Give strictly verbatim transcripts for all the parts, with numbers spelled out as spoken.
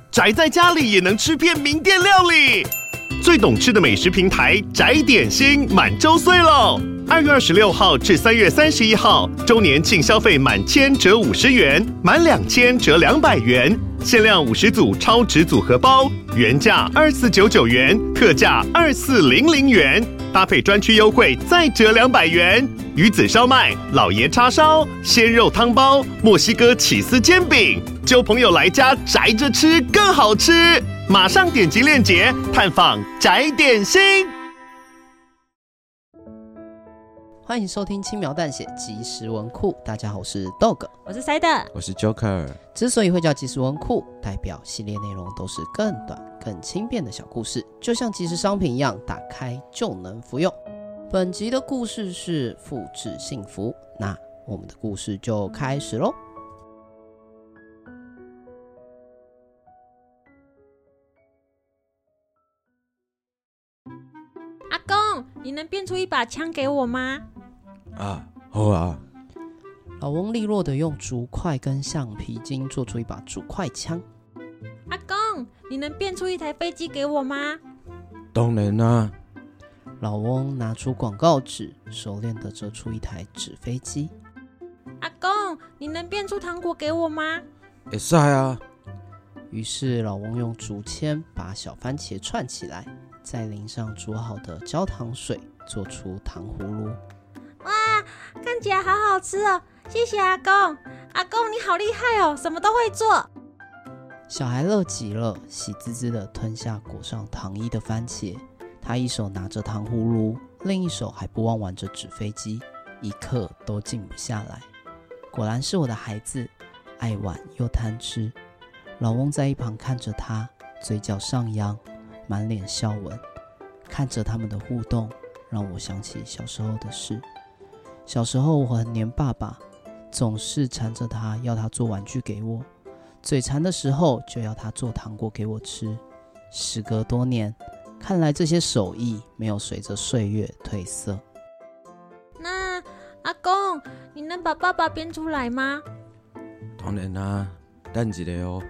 宅在家里也能吃遍名店料理。最懂吃的美食平台宅点心满周岁喽！二月二十六号至三月三十一号，周年庆消费满千折五十元，满两千折两百元，限量五十组超值组合包，原价二四九九元，特价二四零零元，搭配专区优惠再折两百元。鱼子烧麦、老爷叉烧、鲜肉汤包、墨西哥起司煎饼，揪朋友来家宅着吃更好吃。马上点击链接探访宅点心。 欢迎收听轻描淡写即时文库，大家好，我是 Dog， 我是 Side， 我是 Joker。 之所以会叫即时文库，代表系列内容都是更短更轻便的小故事，就像即时商品一样，打开就能服用。本集的故事是复制幸福，那我们的故事就开始咯。 阿公，你能变出一把枪给我吗？ 啊，好啊。 老翁利落的用竹块跟橡皮筋做出一把竹块枪。 阿公，你能变出一台飞机给我吗？ 当然啦。 老翁拿出广告纸，熟练的折出一台纸飞机。 阿公，你能变出糖果给我吗？ 会使啊。 于是老翁用竹签把小番茄串起来，再淋上煮好的焦糖水，做出糖葫芦。 哇，看起来好好吃哦！谢谢阿公。阿公你好厉害哦，什么都会做。 小孩乐极了，喜滋滋的吞下裹上糖衣的番茄。他一手拿着糖葫芦，另一手还不忘玩着纸飞机，一刻都静不下来。果然是我的孩子，爱玩又贪吃。老翁在一旁看着他，嘴角上扬，满脸笑纹。看着他们的互动，让我想起小时候的事。小时候我很黏爸爸，总是缠着他要他做玩具给我，嘴馋的时候就要他做糖果给我吃。时隔多年，看来这些手艺没有随着岁月褪色。 那阿公，你能把爸爸变出来吗？ 当然啦，等一下哦。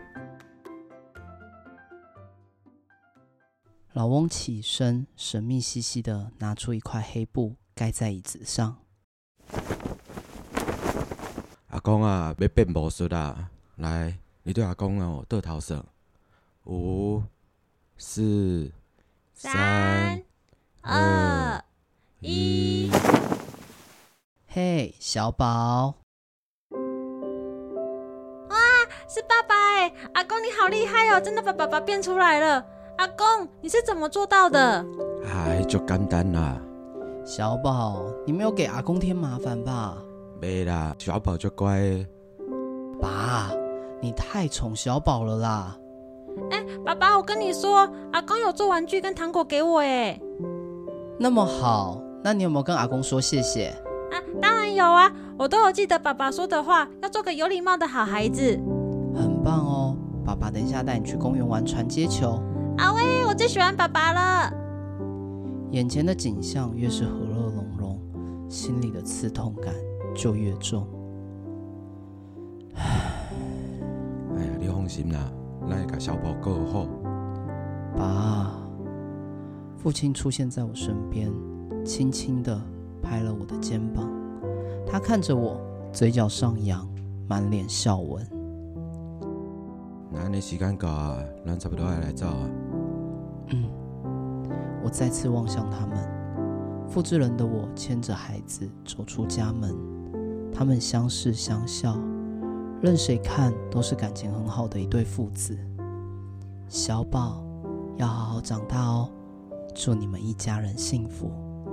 老翁起身，神秘兮兮地拿出一块黑布盖在椅子上。 阿公啊，要变魔术啦！来，你对阿公哦倒头算，五、四、 三、二、一。 嘿，小宝！ 哇，是爸爸哎！阿公你好厉害哦，真的把爸爸变出来了。阿公，你是怎么做到的？ 哎，就简单啦。 小宝，你没有给阿公添麻烦吧？ 没啦，小宝就乖的。 爸，你太宠小宝了啦！ 哎，爸爸，我跟你说，阿公有做玩具跟糖果给我哎。 那么好，那你有没有跟阿公说谢谢？ 啊，当然有啊，我都有记得爸爸说的话，要做个有礼貌的好孩子。 很棒哦，爸爸等一下带你去公园玩传接球。 啊喂，我最喜欢爸爸了。 眼前的景象越是和乐融融，心里的刺痛感就越重。 哎呀，你放心啦，咱会把小宝顾好。 爸，父亲出现在我身边，轻轻地拍了我的肩膀。他看着我，嘴角上扬，满脸笑纹。 那安尼时间到啊，咱差不多要来走啊。 嗯，我再次望向他们。复制人的我牵着孩子走出家门，他们相视相笑，任谁看都是感情很好的一对父子。小宝要好好长大哦，祝你们一家人幸福。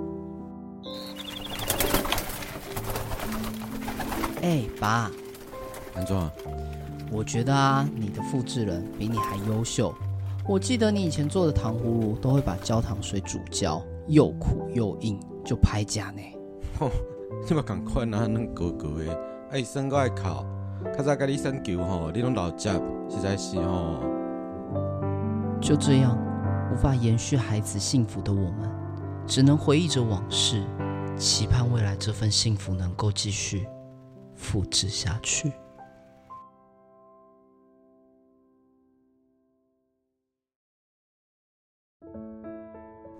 哎，爸， 安怎？ 我觉得啊，你的复制人比你还优秀。我记得你以前做的糖葫芦都会把焦糖水煮焦，又苦又硬，就歹食呢。 吼，你嘛同款啊，软糊糊的，爱酸我爱哭。较早甲你选球吼，你拢老接，实在是吼。 就这样，无法延续孩子幸福的我们，只能回忆着往事，期盼未来这份幸福能够继续复制下去。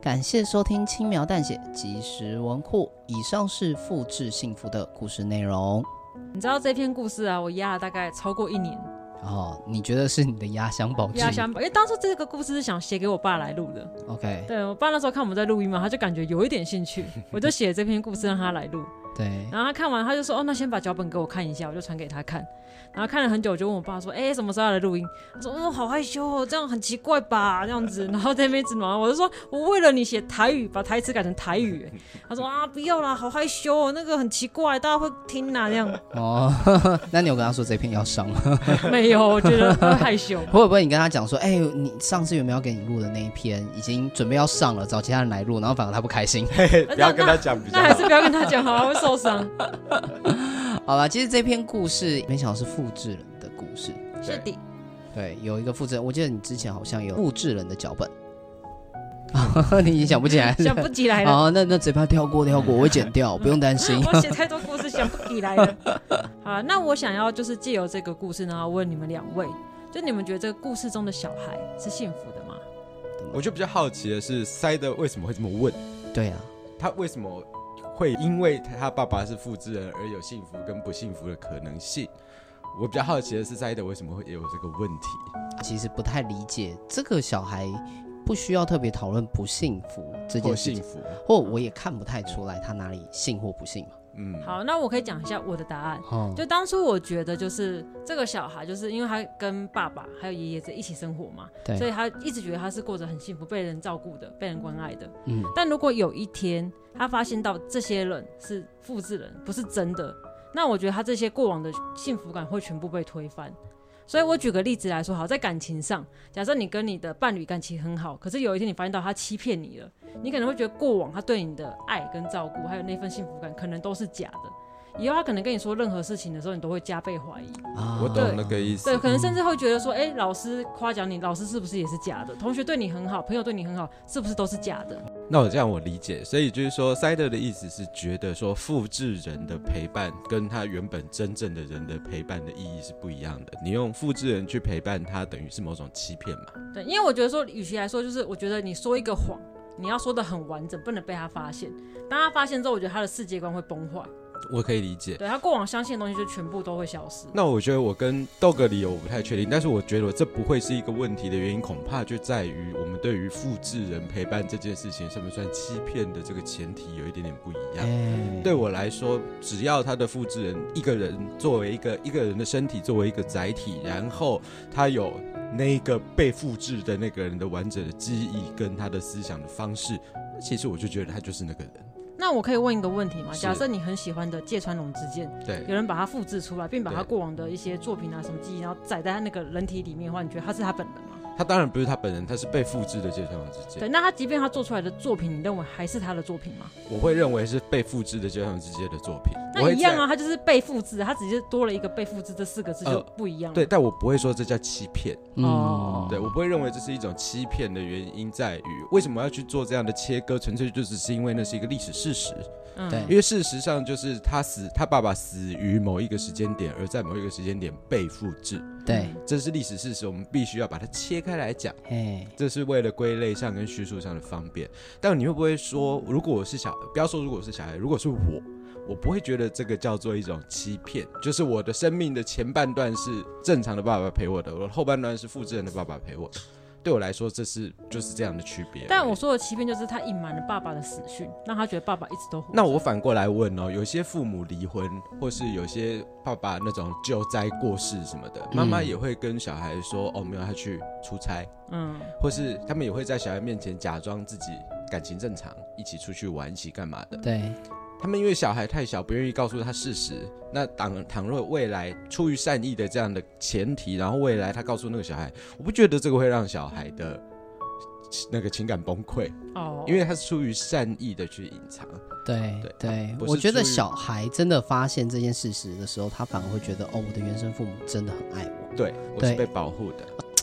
感谢收听轻描淡写即时文库，以上是复制幸福的故事内容。 你知道这篇故事啊，我压了大概超过一年。 哦，你觉得是你的压箱宝？ 压箱宝，因为当初这个故事是想写给我爸来录的。 OK， 对，我爸那时候看我们在录音嘛，他就感觉有一点兴趣，我就写这篇故事让他来录。 对， 然后他看完他就说：“哦，那先把脚本给我看一下。”我就传给他看。然后看了很久，我就问我爸说：“哎，什么时候要来录音？”他说：“哦，好害羞哦，这样很奇怪吧？这样子。”然后在那边一直忙，我就说：“我为了你写台语，把台词改成台语。”他说：“啊，不要啦，好害羞哦，那个很奇怪，大家会听啦。”这样。 哦，那你有跟他说这篇要上吗？ 没有，我觉得会害羞。 会不会你跟他讲说：“哎，你上次有没有给你录的那一篇已经准备要上了，找其他人来录，然后反而他不开心。” 不要跟他讲比较好。 那还是不要跟他讲好，他会受伤。 好啦，其实这篇故事没想到是复制人的故事。 是的， 对，有一个复制人，我记得你之前好像有复制人的脚本。你已经想不起来了， 想不起来了。 好，那那嘴巴跳过跳过，我会剪掉，不用担心。 我写太多故事，想不起来了。好，那我想要就是借由这个故事，然后问你们两位，就你们觉得这个故事中的小孩是幸福的吗？ 我就比较好奇的是，塞德为什么会这么问？ 对啊， 他为什么会因为他爸爸是复制人而有幸福跟不幸福的可能性？我比较好奇的是，塞德为什么会有这个问题？ 其实不太理解这个小孩。不需要特别讨论不幸福这件事情，或幸福，或我也看不太出来他哪里幸或不幸嘛。 嗯，好，那我可以讲一下我的答案。哦、就当初我觉得，就是这个小孩，就是因为他跟爸爸还有爷爷在一起生活嘛，所以他一直觉得他是过着很幸福、被人照顾的、被人关爱的。嗯，但如果有一天他发现到这些人是复制人，不是真的，那我觉得他这些过往的幸福感会全部被推翻。所以我举个例子来说，好，在感情上，假设你跟你的伴侣感情很好，可是有一天你发现到他欺骗你了，你可能会觉得过往他对你的爱跟照顾，还有那份幸福感，可能都是假的。以后他可能跟你说任何事情的时候，你都会加倍怀疑。 啊、我懂那个意思。 对，可能甚至会觉得说，哎、欸，老师夸奖你，老师是不是也是假的？同学对你很好，朋友对你很好，是不是都是假的？ 那我这样我理解，所以就是说，塞德的意思是觉得说，复制人的陪伴跟他原本真正的人的陪伴的意义是不一样的。你用复制人去陪伴他，等于是某种欺骗嘛？ 对，因为我觉得说，与其来说，就是我觉得你说一个谎，你要说的很完整，不能被他发现。当他发现之后，我觉得他的世界观会崩坏。 我可以理解， 对，他过往相信的东西就全部都会消失。 那我觉得我跟豆哥理由我不太确定，但是我觉得这不会是一个问题的原因，恐怕就在于我们对于复制人陪伴这件事情算不算欺骗的这个前提有一点点不一样。欸、对我来说，只要他的复制人一个人作为一个一个人的身体作为一个载体，然后他有那个被复制的那个人的完整的记忆跟他的思想的方式，其实我就觉得他就是那个人。 那我可以问一个问题吗？假设你很喜欢的芥川龙之介， 对， 有人把它复制出来，并把他过往的一些作品啊、什么记忆，然后载在他那个人体里面的话，你觉得他是他本人吗？ 他当然不是他本人，他是被复制的芥川龙之介。 对，那他即便他做出来的作品，你认为还是他的作品吗？ 我会认为是被复制的芥川龙之介的作品。 那一样啊，他就是被复制，他只是多了一个被复制这四个字就不一样了、呃。 对，但我不会说这叫欺骗。 哦、 嗯，对，我不会认为这是一种欺骗的原因在于为什么要去做这样的切割，纯粹就只是因为那是一个历史事实。 对， 因为事实上就是他死，他爸爸死于某一个时间点，而在某一个时间点被复制。 对， 这是历史事实，我们必须要把它切开来讲。这是为了归类上跟叙述上的方便。但你会不会说，如果我是小，不要说如果是小孩，如果是我，我不会觉得这个叫做一种欺骗，就是我的生命的前半段是正常的爸爸陪我的，我的后半段是复制人的爸爸陪我的。对我来说，这是就是这样的区别。 但我说的欺骗就是他隐瞒了爸爸的死讯，让他觉得爸爸一直都活着。 那我反过来问哦，有些父母离婚，或是有些爸爸那种救灾过世什么的，妈妈也会跟小孩说：“哦，没有，他去出差。”嗯，或是他们也会在小孩面前假装自己感情正常，一起出去玩，一起干嘛的。 对。 他们因为小孩太小，不愿意告诉他事实。那倘倘若未来出于善意的这样的前提，然后未来他告诉那个小孩，我不觉得这个会让小孩的那个情感崩溃哦，因为他是出于善意的去隐藏。 对 对, 对，我觉得小孩真的发现这件事实的时候，他反而会觉得哦，我的原生父母真的很爱我， 对，我是被保护的。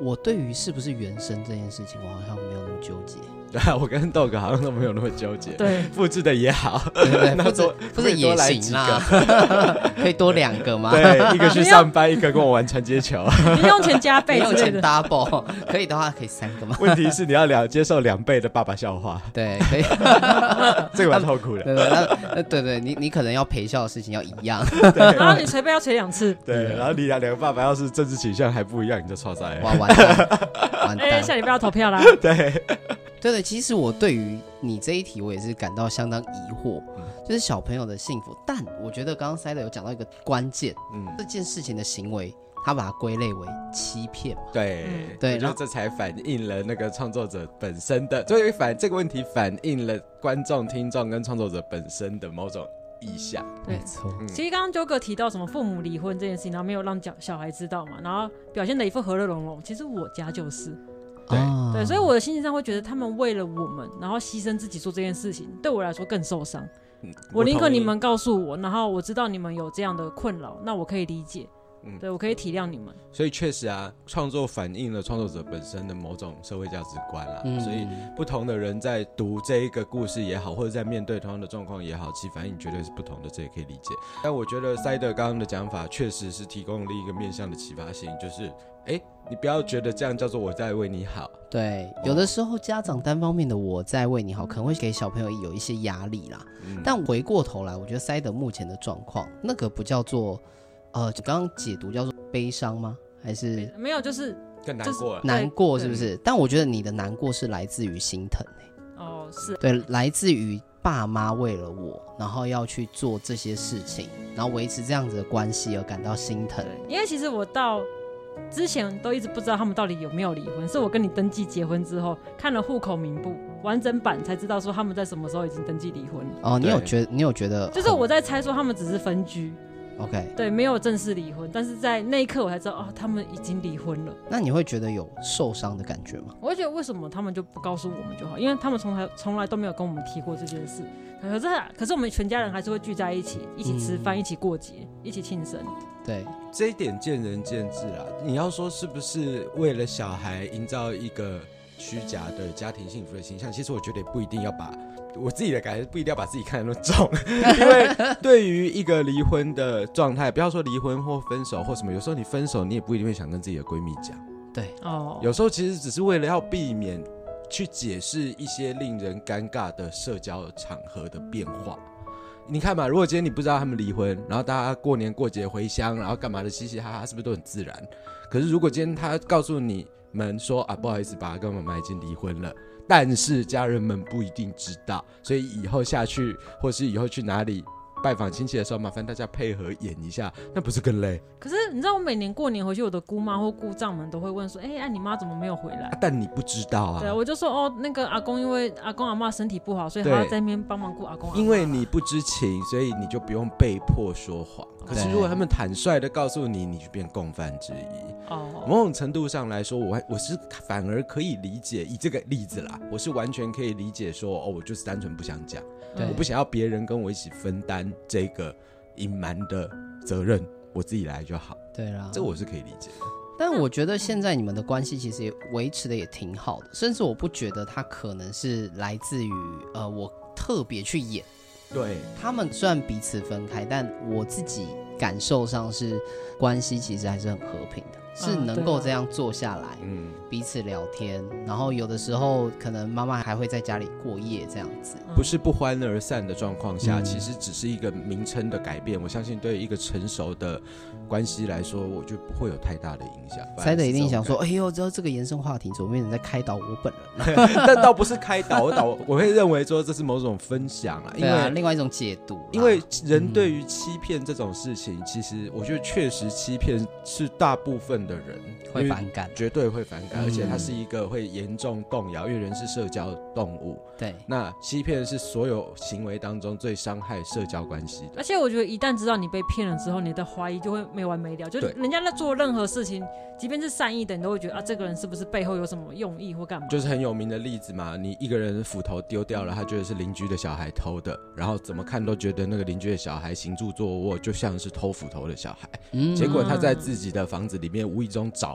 我对于是不是原生这件事情，我好像没有那么纠结。 对啊，我跟豆哥好像都没有那么纠结。 对， 复制的也好， 对对那多复制也行啦，可以多两个吗？ 对，一个去上班，一个跟我玩传接球， 零用钱加倍， 零用钱 double， 可以的话可以三个吗？ 问题是你要两接受两倍的爸爸笑话。 对，可以， 这个蛮痛苦的。 对对，那对对，你你可能要陪笑的事情要一样， 然后你捶背要捶两次， 对，然后你两两个爸爸要是政治倾向还不一样，你就错在哇完蛋完蛋， 哎，下礼拜要投票啦。 对。 对对，其实我对于你这一题，我也是感到相当疑惑，嗯、就是小朋友的幸福。但我觉得刚刚塞德有讲到一个关键，嗯，这件事情的行为，他把它归类为欺骗嘛。 对、嗯、 对， 然后这才反映了那个创作者本身的，所以反这个问题反映了观众、听众跟创作者本身的某种意向。 没错、 嗯。其实刚刚纠哥提到什么父母离婚这件事情，然后没有让小孩知道嘛，然后表现的一副和乐融融。其实我家就是。 对、 哦、 对，所以我的心情上会觉得他们为了我们，然后牺牲自己做这件事情，对我来说更受伤。嗯、我宁可你们告诉我，然后我知道你们有这样的困扰，那我可以理解。嗯、对，我可以体谅你们。 所以确实啊，创作反映了创作者本身的某种社会价值观啦、嗯、所以不同的人在读这一个故事也好，或者在面对同样的状况也好，其反应绝对是不同的，这也可以理解。但我觉得塞德刚刚的讲法确实是提供了另一个面向的启发性，就是哎，你不要觉得这样叫做我在为你好。 对，有的时候家长单方面的我在为你好，可能会给小朋友有一些压力啦、嗯、但回过头来，我觉得塞德目前的状况，那个不叫做呃，刚刚解读叫做悲伤吗？还是没有，就是更难过了， 难过是不是？但我觉得你的难过是来自于心疼、欸、 哦，是对，来自于爸妈为了我，然后要去做这些事情，然后维持这样子的关系而感到心疼。 因为其实我到之前都一直不知道他们到底有没有离婚，是我跟你登记结婚之后，看了户口名簿完整版才知道说他们在什么时候已经登记离婚了。 哦，你有觉得你有觉得就是我在猜说他们只是分居。 OK， 对，没有正式离婚，但是在那一刻我才知道，哦，他们已经离婚了。 那你会觉得有受伤的感觉吗？ 我会觉得为什么他们就不告诉我们就好，因为他们从来从来都没有跟我们提过这件事。可是可是我们全家人还是会聚在一起，一起吃饭、嗯，一起过节，一起庆生。 对， 这一点见仁见智啦。你要说是不是为了小孩营造一个虚假的家庭幸福的形象，其实我觉得也不一定要把。我自己的感觉不一定要把自己看得那么重，因为对于一个离婚的状态，不要说离婚或分手或什么，有时候你分手你也不一定会想跟自己的闺蜜讲。 对， 哦， 有时候其实只是为了要避免去解释一些令人尴尬的社交场合的变化。你看嘛，如果今天你不知道他们离婚，然后大家过年过节回乡，然后干嘛的嘻嘻哈哈，是不是都很自然？可是如果今天他告诉你们说啊，不好意思，爸爸跟妈妈已经离婚了。但是家人们不一定知道，所以以后下去或是以后去哪里拜访亲戚的时候，麻烦大家配合演一下，那不是更累？ 可是你知道，我每年过年回去，我的姑妈或姑丈们都会问说：“哎、欸，啊、你妈怎么没有回来？” 啊、但你不知道啊。 对，我就说哦，那个阿公因为阿公阿嬷身体不好，所以他要在那边帮忙顾阿公阿嬷。 因为你不知情，所以你就不用被迫说谎。可是如果他们坦率的告诉你，你就变共犯之一。哦，某种程度上来说，我我是反而可以理解，以这个例子啦，我是完全可以理解说，哦，我就是单纯不想讲，我不想要别人跟我一起分担这个隐瞒的责任，我自己来就好。 对啦， 这我是可以理解的。 但我觉得现在你们的关系其实也维持的也挺好的，甚至我不觉得它可能是来自于呃我特别去演。 对， 他们虽然彼此分开，但我自己感受上是关系其实还是很和平的，是能够这样坐下来、嗯、彼此聊天，然后有的时候可能妈妈还会在家里过夜这样子， 不是不欢而散的状况下、嗯、其实只是一个名称的改变，我相信对一个成熟的关系来说，我觉得不会有太大的影响。 塞德一定想说，哎呦，知道这个延伸话题怎么变成在开导我本人但倒不是开导，我导我会认为说这是某种分享啦，因为、 啊、另外一种解读。 因为人对于欺骗这种事情、嗯、其实我觉得确实欺骗是大部分的人会反感， 绝对会反感、嗯、而且它是一个会严重动摇，因为人是社交动物。 对， 那欺骗是所有行为当中最伤害社交关系的。 而且我觉得一旦知道你被骗了之后，你的怀疑就会没完没了，就人家在做任何事情，即便是善意的，你都会觉得啊，这个人是不是背后有什么用意或干嘛？ 就是很有名的例子嘛，你一个人斧头丢掉了，他觉得是邻居的小孩偷的，然后怎么看都觉得那个邻居的小孩行住坐卧就像是偷斧头的小孩、嗯、结果他在自己的房子里面无意中找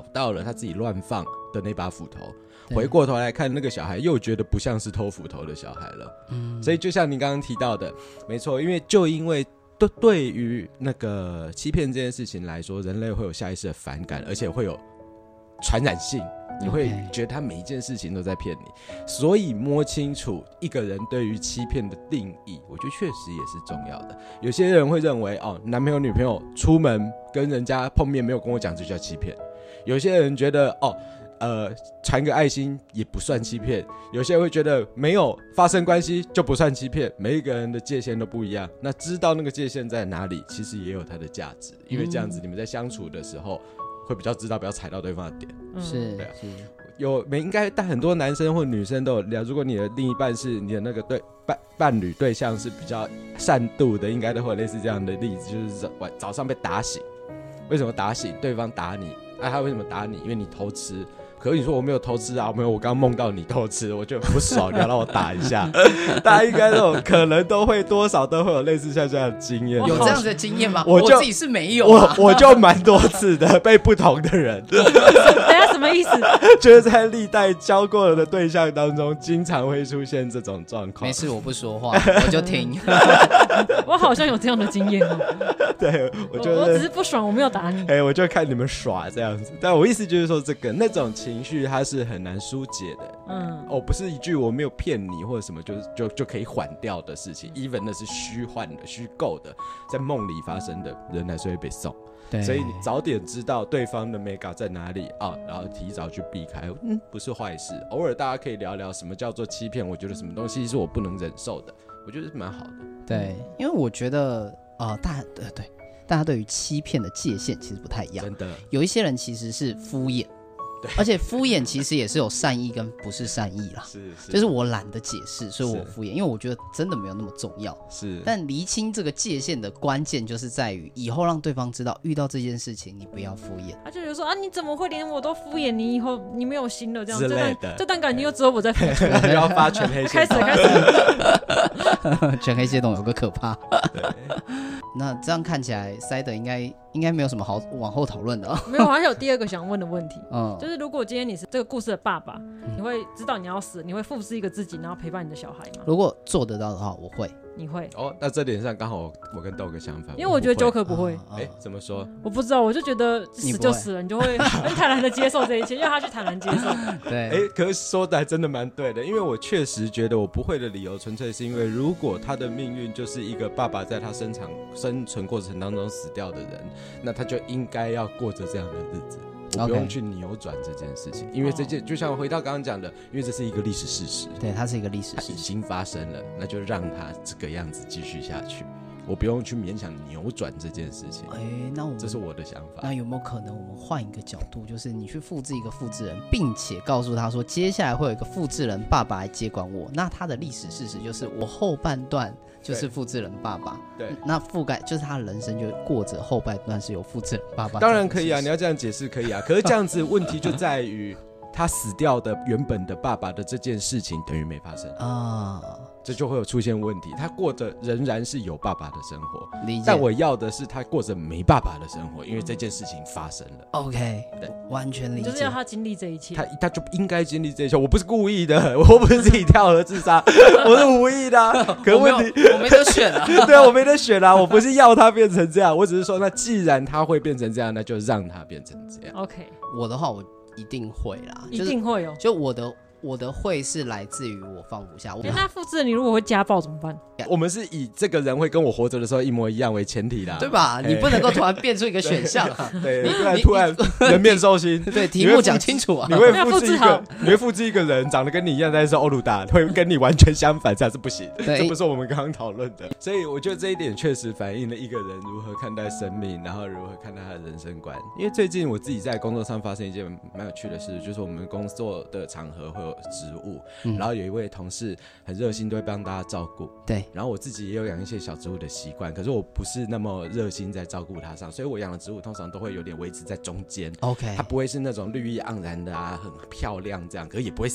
到了他自己乱放的那把斧头，回过头来看那个小孩又觉得不像是偷斧头的小孩了。嗯，所以就像您刚刚提到的，没错，因为就因为对对于那个欺骗这件事情来说，人类会有下意识的反感，而且会有传染性，你会觉得他每一件事情都在骗你，所以摸清楚一个人对于欺骗的定义，我觉得确实也是重要的。有些人会认为哦，男朋友女朋友出门跟人家碰面没有跟我讲就叫欺骗，有些人觉得哦呃，传个爱心也不算欺骗，有些人会觉得没有发生关系就不算欺骗，每一个人的界限都不一样，那知道那个界限在哪里其实也有它的价值，因为这样子你们在相处的时候会比较知道不要踩到对方的点。 是， 对啊， 是有没应该，但很多男生或女生都有聊，如果你的另一半是你的那个对伴伴侣对象是比较善妒的，应该都会有类似这样的例子，就是晚早上被打醒，为什么打醒？对方打你，啊，他为什么打你？因为你偷吃。可是你说我没有偷吃啊，没有，我刚梦到你偷吃，我就很不爽，你要让我打一下。大家应该都可能都会多少都会有类似像这样的经验， 有这样子的经验吗？ 我, 我自己是没有、啊， 我我就蛮多次的被不同的人。 等下什么意思？ 就是在历代交过的对象当中，经常会出现这种状况。 没事，我不说话，我就听。 我好像有这样的经验哦。 对，我就我, 我只是不爽，我没有打你。 哎、欸，我就看你们耍这样子。但我意思就是说，这个那种情绪它是很难疏解的。嗯，哦，不是一句我没有骗你或者什么就就就可以缓掉的事情。even 那是虚幻的、虚构的，在梦里发生的，人还是会被送。对，所以你早点知道对方的 mega 在哪里啊，然后提早去避开，嗯，不是坏事。偶尔大家可以聊聊什么叫做欺骗，我觉得什么东西是我不能忍受的，我觉得是蛮好的。 对，因为我觉得呃，大对对，大家对于欺骗的界限其实不太一样。 真的， 有一些人其实是敷衍。而且敷衍其实也是有善意跟不是善意啦， 是是， 就是我懒得解释，所以我敷衍，因为我觉得真的没有那么重要。 是， 但厘清这个界限的关键就是在于以后让对方知道，遇到这件事情你不要敷衍。 他就觉得说啊，你怎么会连我都敷衍？你以后你没有心了，这样之类的， 这段感情又只有我在付出， 就要发全黑线。 开始开始， 全黑线洞有个可怕。那这样看起来，塞德应该应该没有什么好往后讨论的、哦。 没有，我还有第二个想问的问题， 嗯， 就是如果今天你是这个故事的爸爸，嗯、你会知道你要死，你会复制一个自己，然后陪伴你的小孩吗？ 如果做得到的话，我会。 你会？ 哦，那这点上刚好我跟豆哥相反， 因为我觉得Joker不会。 哎、欸，怎么说？ 我不知道，我就觉得死就死了，你就会很坦然的接受这一切，因为他去坦然接受。 对， 哎、欸，可是说的还真的蛮对的，因为我确实觉得我不会的理由，纯粹是因为如果他的命运就是一个爸爸在他生长生存过程当中死掉的人，那他就应该要过着这样的日子。我不用去扭转这件事情， okay. 因为这件就像回到刚刚讲的，因为这是一个历史事实， 对，它是一个历史事实， 已经发生了，那就让它这个样子继续下去。我不用去勉强扭转这件事情。 哎，那我这是我的想法。 那有没有可能我们换一个角度，就是你去复制一个复制人，并且告诉他说，接下来会有一个复制人爸爸来接管我，那他的历史事实就是我后半段就是复制人爸爸。 对， 那覆盖就是他的人生就过着后半段是有复制人爸爸。 当然可以啊，你要这样解释可以啊。可是这样子问题就在于他死掉的原本的爸爸的这件事情等于没发生啊。这就会有出现问题，他过着仍然是有爸爸的生活，但我要的是他过着没爸爸的生活，因为这件事情发生了。 OK， 对，完全理解， 就是要他经历这一切， 他他就应该经历这一切。我不是故意的，我不是自己跳河自杀，我是无意的、啊。可问题我没得选啊， 对啊，我没得选啊，我不是要他变成这样，我只是说，那既然他会变成这样，那就让他变成这样。 OK， 我的话我一定会啦， 一定会有、哦， 就我的。我的会是来自于我放不下。 欸、那复制你如果会家暴怎么办？ 我们是以这个人会跟我活着的时候一模一样为前提啦， 对吧？欸、你不能够突然变出一个选项、啊， 对，你不然突然人面兽心。 对，题目讲清楚啊！ 你会复制一个，你会复制一个人长得跟你一样，但是欧鲁达会跟你完全相反，这样是不行。这不是我们刚刚讨论的。所以我觉得这一点确实反映了一个人如何看待生命，然后如何看待他的人生观。因为最近我自己在工作上发生一件蛮有趣的事，就是我们工作的场合会有植物。嗯、然后有一位同事很热心，都会帮大家照顾。 对， 然后我自己也有养一些小植物的习惯，可是我不是那么热心在照顾它上，所以我养的植物通常都会有点维持在中间。 OK， 它不会是那种绿意盎然的啊，很漂亮这样，可是也不会死。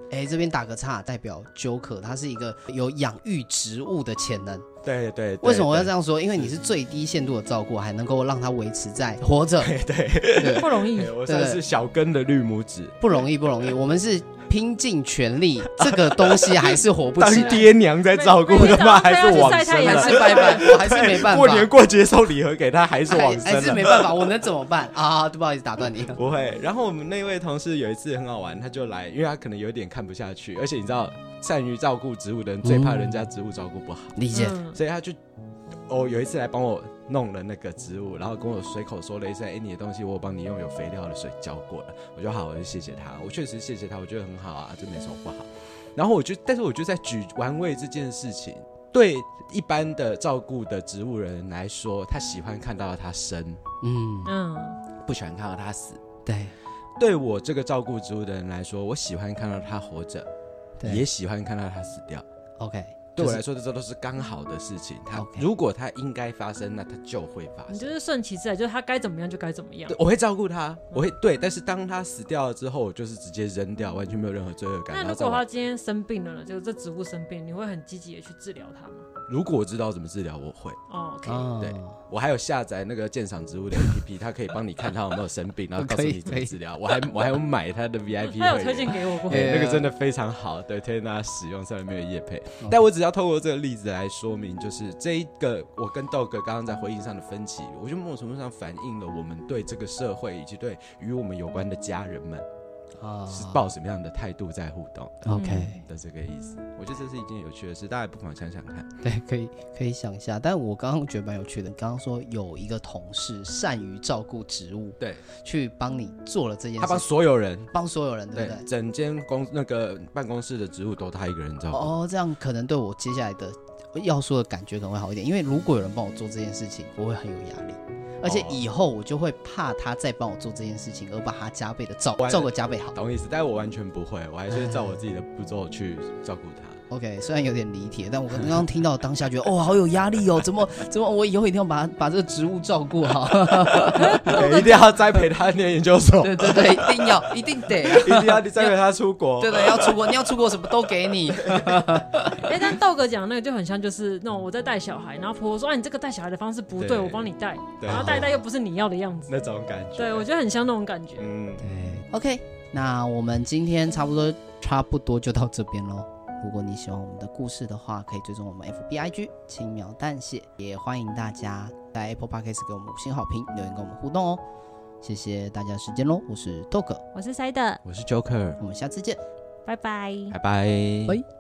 哎，这边打个岔，代表 Joker 他是一个有养育植物的潜能。 对 对, 对， 为什么我要这样说？因为你是最低限度的照顾，还能够让它维持在活着， 对 对, 对， 不容易。 我算是小根的绿拇指， 不容易不容易。我们是拼尽全力，这个东西还是活不起来。 当爹娘在照顾的话，还是往生了， 还是拜拜，我还是没办法。 过年过节送礼盒给他，还是往生了， 还是没办法。我能怎么办啊？不好意思打断你。 不会。然后我们那位同事有一次很好玩，他就来，因为他可能有点看不下去，而且你知道，善于照顾植物的人最怕人家植物照顾不好， 嗯、理解。 所以他就。哦，有一次来帮我弄了那个植物，然后跟我随口说了一声：“哎，你的东西我有帮你用有肥料的水浇过了。”我就好，我就谢谢他。我确实谢谢他，我觉得很好啊，这没什么不好。然后我就，但是我就在举玩味这件事情，对一般的照顾的植物人来说，他喜欢看到它生，嗯嗯，不喜欢看到它死。 对， 对我这个照顾植物的人来说，我喜欢看到它活着，也喜欢看到它死掉。 OK。 对我来说，这都是刚好的事情。它、okay. 如果它应该发生，那它就会发生。 你就是顺其自然，就是它该怎么样就该怎么样。 我会照顾它，我会对。但是当它死掉了之后，我就是直接扔掉，完全没有任何罪恶感。 那如果它今天生病了呢？就是这植物生病，你会很积极的去治疗它吗？ 如果我知道怎么治疗，我会。 哦、oh, ，OK，、 oh. 对，我还有下载那个鉴赏植物的 A P P， 它可以帮你看它有没有生病，然后告诉你怎么治疗。我还我还有买它的 V I P 会员， 他有推荐给我过， 对，那个真的非常好，对，推荐大家使用，虽然没有业配， okay. 但我只要透过这个例子来说明，就是这一个我跟豆哥刚刚在回应上的分歧，我觉得某种程度上反映了我们对这个社会以及对与我们有关的家人们。啊、是抱什么样的态度在互动 ？OK 的这个意思，我觉得这是一件有趣的事，大家不妨想想看。 对，可以可以想一下。但我刚刚觉得蛮有趣的，你刚刚说有一个同事善于照顾植物， 对， 去帮你做了这件事， 他帮所有人， 帮所有人，对不对？ 整间公那个办公室的植物都他一个人照顾。 哦，这样可能对我接下来的要说的感觉可能会好一点，因为如果有人帮我做这件事情，我会很有压力。而且以后我就会怕他再帮我做这件事情，而把他加倍的照照个加倍好。 懂意思？但我完全不会，我还是照我自己的步骤去照顾他。 OK， 虽然有点离题，但我刚刚听到当下觉得哦，好有压力哦，怎么怎么，我以后一定要把把这个植物照顾好， 一定要栽培他念研究所。 对对对，一定要，一定得、啊， 一定要栽培他出国。 对对，要出国，你要出国什么都给你。 哎、欸，但豆哥讲那个就很像，就是那种我在带小孩，然后婆婆说啊，你这个带小孩的方式不 对, 对，我帮你带，然后带一带又不是你要的样子， 那种感觉。 对，我觉得很像那种感觉。 嗯，对。OK， 那我们今天差不多差不多就到这边咯。如果你喜欢我们的故事的话，可以追踪我们 F B I G 轻描淡写，也欢迎大家在 Apple Podcast 给我们五星好评，留言跟我们互动哦。谢谢大家的时间咯，我是 Dog， 我是 Side， 我是 Joker， 我们下次见， 拜拜， 拜拜， 拜。